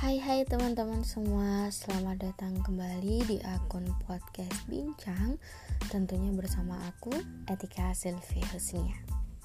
Hai teman-teman semua, selamat datang kembali di akun podcast Bincang. Tentunya bersama aku, Etika Sylvie Husnia.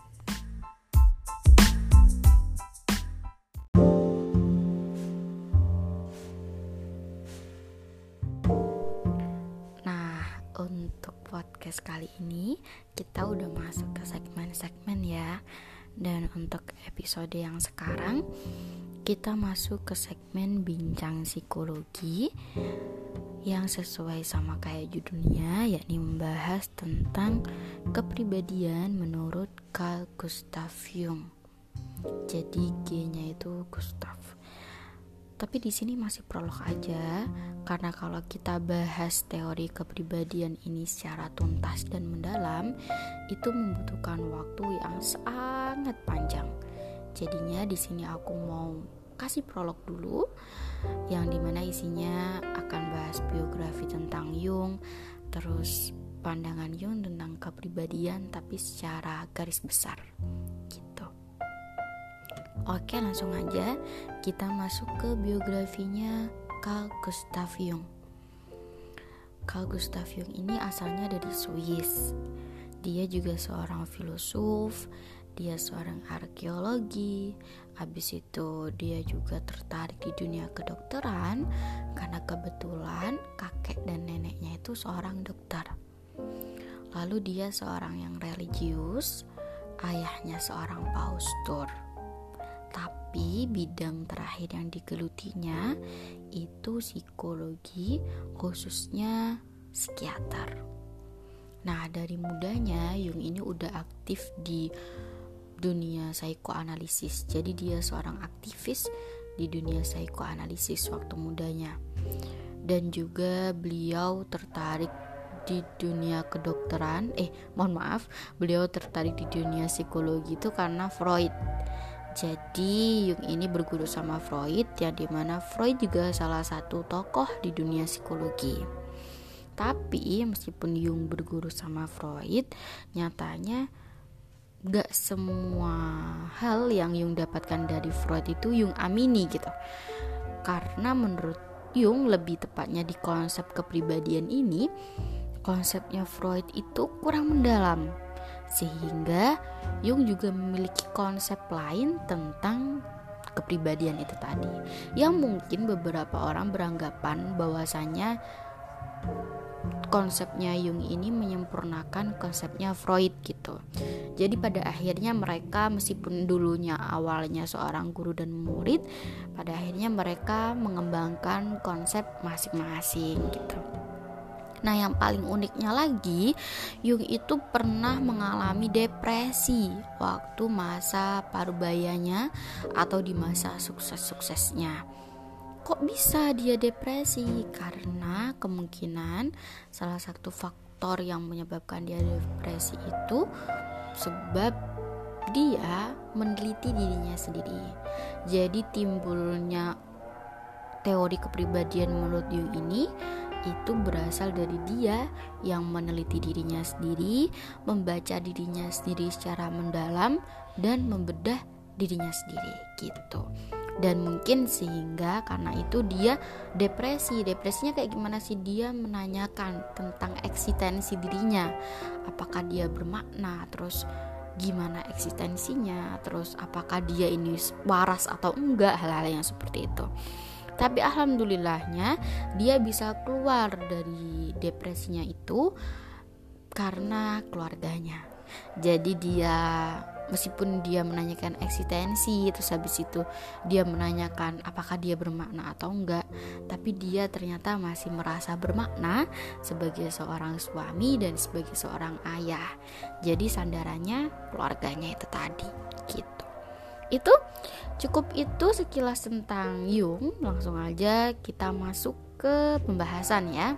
Nah, untuk podcast kali ini kita udah masuk ke segmen-segmen ya. Dan untuk episode yang sekarang kita masuk ke segmen bincang psikologi yang sesuai sama kayak judulnya, yakni membahas tentang kepribadian menurut Carl Gustav Jung. Jadi G-nya itu Gustav. Tapi di sini masih prolog aja, karena kalau kita bahas teori kepribadian ini secara tuntas dan mendalam, itu membutuhkan waktu yang sangat panjang. Jadinya di sini aku mau kasih prolog dulu, yang dimana isinya akan bahas biografi tentang Jung, terus pandangan Jung tentang kepribadian tapi secara garis besar gitu. Oke, langsung aja kita masuk ke biografinya Carl Gustav Jung. Carl Gustav Jung ini asalnya dari Swiss. Dia juga seorang filosof, dia seorang arkeologi. Habis itu dia juga tertarik di dunia kedokteran karena kebetulan kakek dan neneknya itu seorang dokter. Lalu dia seorang yang religius, ayahnya seorang pastor. Tapi bidang terakhir yang digelutinya itu psikologi, khususnya psikiater. Nah, dari mudanya Jung ini udah aktif di dunia psikoanalisis. Jadi dia seorang aktivis di dunia psikoanalisis waktu mudanya. Dan juga beliau tertarik di dunia kedokteran. Beliau tertarik di dunia psikologi itu karena Freud. Jadi Jung ini berguru sama Freud, yang dimana Freud juga salah satu tokoh di dunia psikologi. Tapi meskipun Jung berguru sama Freud, nyatanya gak semua hal yang Jung dapatkan dari Freud itu Jung amini gitu. Karena menurut Jung, lebih tepatnya di konsep kepribadian ini, konsepnya Freud itu kurang mendalam. Sehingga Jung juga memiliki konsep lain tentang kepribadian itu tadi, yang mungkin beberapa orang beranggapan bahwasanya konsepnya Jung ini menyempurnakan konsepnya Freud gitu. Jadi pada akhirnya mereka, meskipun dulunya awalnya seorang guru dan murid, pada akhirnya mereka mengembangkan konsep masing-masing gitu. Nah, yang paling uniknya lagi, Jung itu pernah mengalami depresi waktu masa parubayanya atau di masa sukses-suksesnya. Kok bisa dia depresi? Karena kemungkinan salah satu faktor yang menyebabkan dia depresi itu sebab dia meneliti dirinya sendiri. Jadi timbulnya teori kepribadian menurut Jung ini itu berasal dari dia yang meneliti dirinya sendiri, membaca dirinya sendiri secara mendalam, dan membedah dirinya sendiri gitu. Dan mungkin sehingga karena itu dia depresinya kayak gimana sih, dia menanyakan tentang eksistensi dirinya, apakah dia bermakna, terus gimana eksistensinya, terus apakah dia ini waras atau enggak, hal-hal yang seperti itu. Tapi alhamdulillahnya dia bisa keluar dari depresinya itu karena keluarganya. Jadi dia, meskipun dia menanyakan eksistensi, terus habis itu dia menanyakan apakah dia bermakna atau enggak, tapi dia ternyata masih merasa bermakna sebagai seorang suami dan sebagai seorang ayah. Jadi sandarannya keluarganya itu tadi gitu. Itu cukup, itu sekilas tentang Jung. Langsung aja kita masuk ke pembahasan ya,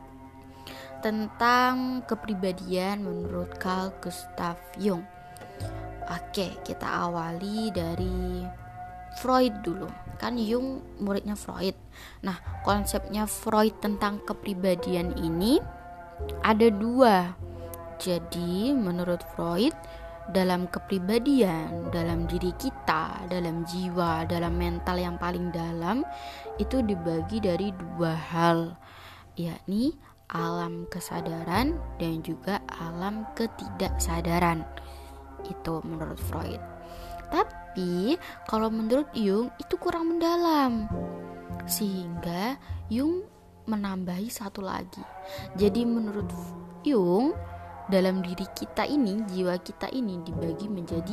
tentang kepribadian menurut Carl Gustav Jung. Oke, kita awali dari Freud dulu. Kan Jung muridnya Freud. Nah, konsepnya Freud tentang kepribadian ini ada dua. Jadi menurut Freud, dalam kepribadian, dalam diri kita, dalam jiwa, dalam mental yang paling dalam itu dibagi dari dua hal, yakni alam kesadaran dan juga alam ketidaksadaran. Itu menurut Freud. Tapi kalau menurut Jung itu kurang mendalam, sehingga Jung menambahi satu lagi. Jadi menurut Jung, dalam diri kita ini, jiwa kita ini dibagi menjadi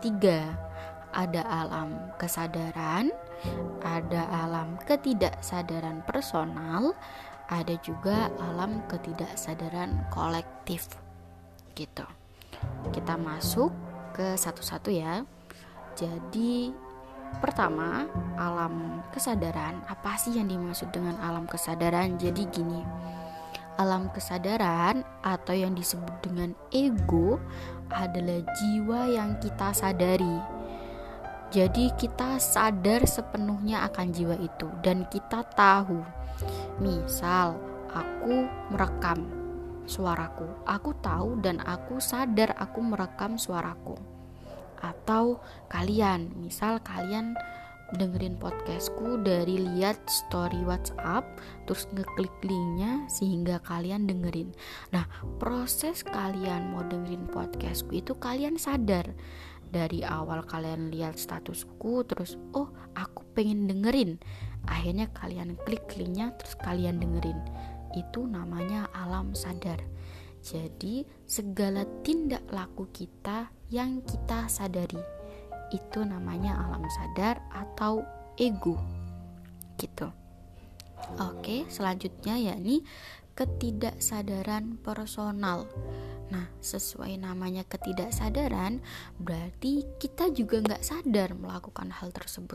3. Ada alam kesadaran, ada alam ketidaksadaran personal, ada juga alam ketidaksadaran kolektif. Gitu. Kita masuk ke satu-satu ya. Jadi pertama, alam kesadaran. Apa sih yang dimaksud dengan alam kesadaran? Jadi gini, alam kesadaran atau yang disebut dengan ego adalah jiwa yang kita sadari. Jadi kita sadar sepenuhnya akan jiwa itu dan kita tahu. Misal, aku merekam suaraku. Aku tahu dan aku sadar aku merekam suaraku. Atau kalian, misal kalian dengerin podcastku dari lihat story WhatsApp, terus ngeklik linknya sehingga kalian dengerin. Nah, proses kalian mau dengerin podcastku itu kalian sadar. Dari awal kalian lihat statusku, terus oh aku pengen dengerin, akhirnya kalian klik linknya terus kalian dengerin. Itu namanya alam sadar. Jadi segala tindak laku kita yang kita sadari, itu namanya alam sadar atau ego. Gitu. Oke, selanjutnya yakni ketidaksadaran personal. Nah, sesuai namanya ketidaksadaran, berarti kita juga gak sadar melakukan hal tersebut.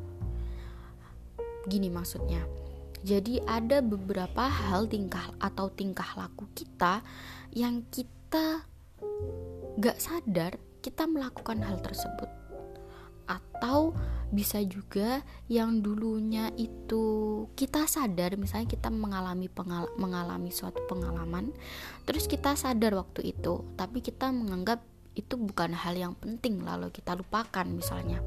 Gini maksudnya, jadi ada beberapa hal tingkah laku kita yang kita gak sadar kita melakukan hal tersebut. Atau bisa juga yang dulunya itu kita sadar, misalnya kita mengalami suatu pengalaman, terus kita sadar waktu itu, tapi kita menganggap itu bukan hal yang penting, lalu kita lupakan misalnya.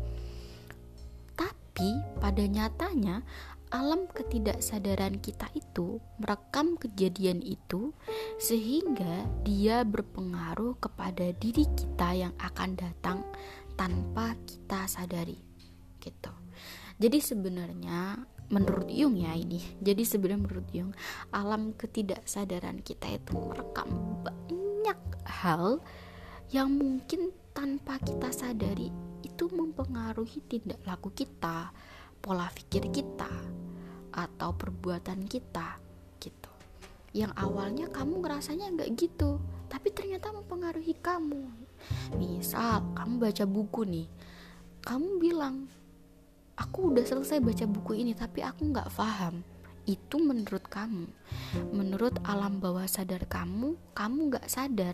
Tapi pada nyatanya alam ketidaksadaran kita itu merekam kejadian itu sehingga dia berpengaruh kepada diri kita yang akan datang tanpa kita sadari. Gitu. Jadi sebenarnya menurut Jung ya ini. Jadi sebenarnya menurut Jung, alam ketidaksadaran kita itu merekam banyak hal yang mungkin tanpa kita sadari itu mempengaruhi tindak laku kita, pola pikir kita, atau perbuatan kita gitu. Yang awalnya kamu ngerasanya nggak gitu, tapi ternyata mempengaruhi kamu. Misal kamu baca buku nih, kamu bilang aku udah selesai baca buku ini tapi aku nggak paham. Itu menurut kamu, menurut alam bawah sadar kamu nggak sadar.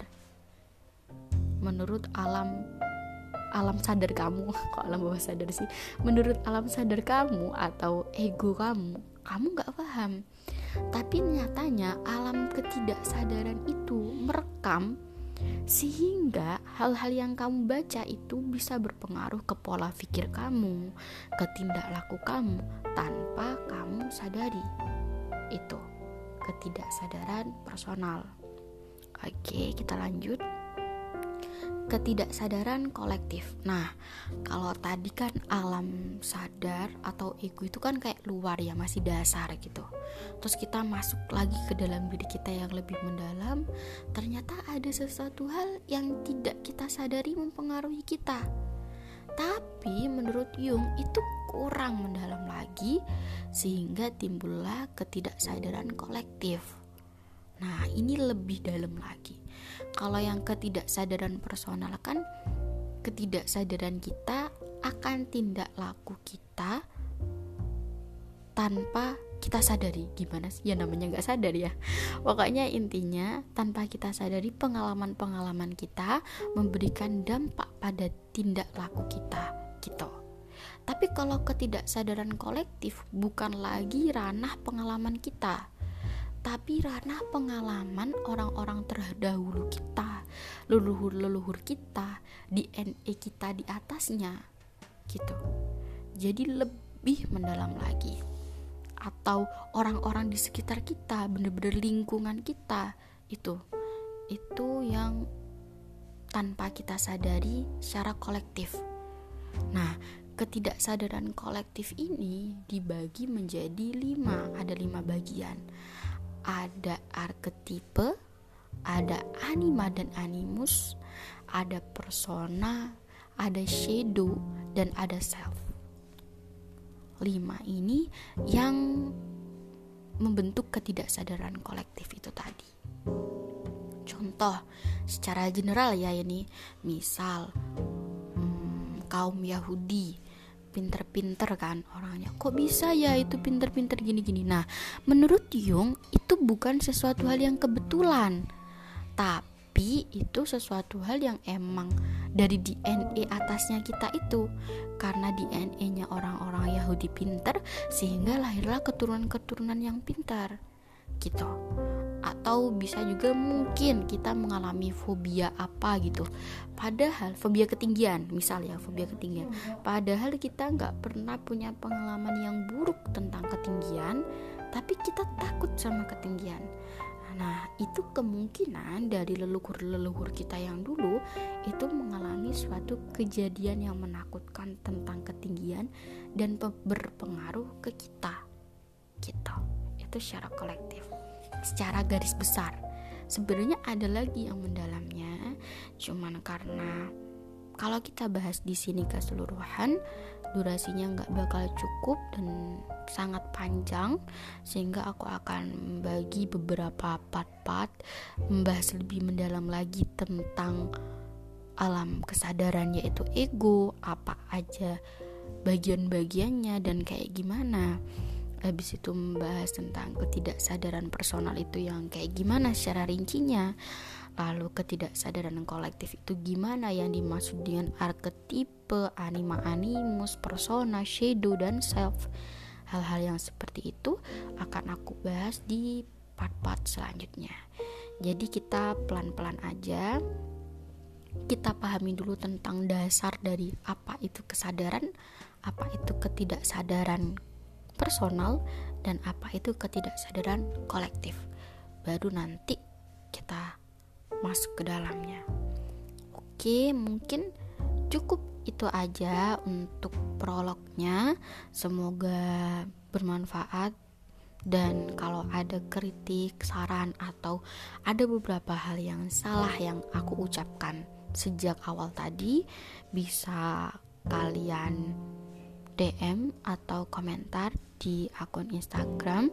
Menurut alam sadar kamu, kok alam bawah sadar sih, menurut alam sadar kamu atau ego kamu nggak paham. Tapi nyatanya alam ketidaksadaran itu merekam sehingga hal-hal yang kamu baca itu bisa berpengaruh ke pola pikir kamu, ke tindak laku kamu tanpa kamu sadari. Itu ketidaksadaran personal. Oke, kita lanjut. Ketidaksadaran kolektif. Nah, kalau tadi kan alam sadar atau ego itu kan kayak luar ya, masih dasar gitu. Terus kita masuk lagi ke dalam diri kita yang lebih mendalam, ternyata ada sesuatu hal yang tidak kita sadari mempengaruhi kita. Tapi menurut Jung itu kurang mendalam lagi, sehingga timbullah ketidaksadaran kolektif. Nah, ini lebih dalam lagi. Kalau yang ketidaksadaran personal kan ketidaksadaran kita akan tindak laku kita tanpa kita sadari. Gimana sih? Ya namanya gak sadar ya. Pokoknya intinya tanpa kita sadari pengalaman-pengalaman kita memberikan dampak pada tindak laku kita gitu. Tapi kalau ketidaksadaran kolektif bukan lagi ranah pengalaman kita, tapi ranah pengalaman orang-orang terdahulu kita leluhur-leluhur kita, DNA kita di atasnya gitu. Jadi lebih mendalam lagi. Atau orang-orang di sekitar kita, bener-bener lingkungan kita, itu yang tanpa kita sadari secara kolektif. Nah, ketidaksadaran kolektif ini dibagi menjadi 5. Ada 5 bagian. Ada arketipe, ada anima dan animus, ada persona, ada shadow, dan ada self. 5 ini yang membentuk ketidaksadaran kolektif itu tadi. Contoh secara general ya ini, misal kaum Yahudi pinter-pinter kan orangnya, kok bisa ya itu pinter-pinter gini-gini. Nah, menurut Jung itu bukan sesuatu hal yang kebetulan, tapi itu sesuatu hal yang emang dari DNA atasnya kita itu. Karena DNA-nya orang-orang Yahudi pinter, sehingga lahirlah keturunan-keturunan yang pintar gitu. Atau bisa juga mungkin kita mengalami fobia apa gitu, padahal fobia ketinggian, misal ya fobia ketinggian, padahal kita gak pernah punya pengalaman yang buruk tentang ketinggian, tapi kita takut sama ketinggian. Nah, itu kemungkinan dari leluhur-leluhur kita yang dulu itu mengalami suatu kejadian yang menakutkan tentang ketinggian dan berpengaruh ke kita gitu. Itu secara kolektif. Secara garis besar sebenarnya ada lagi yang mendalamnya, cuman karena kalau kita bahas di sini keseluruhan durasinya nggak bakal cukup dan sangat panjang, sehingga aku akan membagi beberapa part membahas lebih mendalam lagi tentang alam kesadaran, yaitu ego, apa aja bagian-bagiannya dan kayak gimana. Habis itu membahas tentang ketidaksadaran personal itu yang kayak gimana secara rincinya. Lalu ketidaksadaran kolektif itu gimana, yang dimaksud dengan arketipe, anima animus, persona, shadow, dan self. Hal-hal yang seperti itu akan aku bahas di part-part selanjutnya. Jadi kita pelan-pelan aja, kita pahami dulu tentang dasar dari apa itu kesadaran, apa itu ketidaksadaran personal, dan apa itu ketidaksadaran kolektif. Baru nanti kita masuk ke dalamnya. Oke, mungkin cukup itu aja untuk prolognya. Semoga bermanfaat, dan kalau ada kritik, saran, atau ada beberapa hal yang salah yang aku ucapkan sejak awal tadi, bisa kalian DM atau komentar di akun Instagram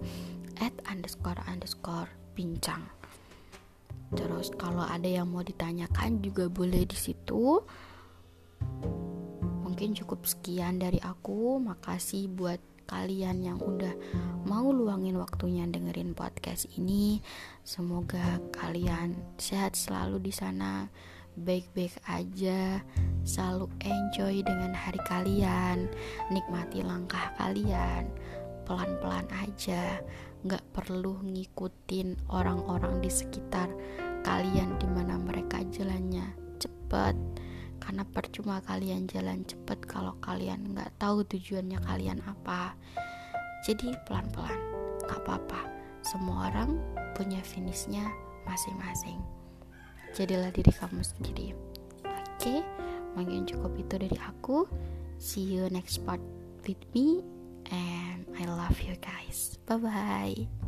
@_bincang. Terus kalau ada yang mau ditanyakan juga boleh di situ. Mungkin cukup sekian dari aku. Makasih buat kalian yang udah mau luangin waktunya dengerin podcast ini. Semoga kalian sehat selalu di sana, baik-baik aja, selalu enjoy dengan hari kalian, nikmati langkah kalian, pelan-pelan aja, gak perlu ngikutin orang-orang di sekitar kalian dimana mereka jalannya cepet, karena percuma kalian jalan cepet kalau kalian gak tahu tujuannya kalian apa. Jadi pelan-pelan, gak apa-apa, semua orang punya finishnya masing-masing. Jadilah diri kamu sendiri. Oke, mungkin cukup itu dari aku. See you next part with me, and I love you guys. Bye bye.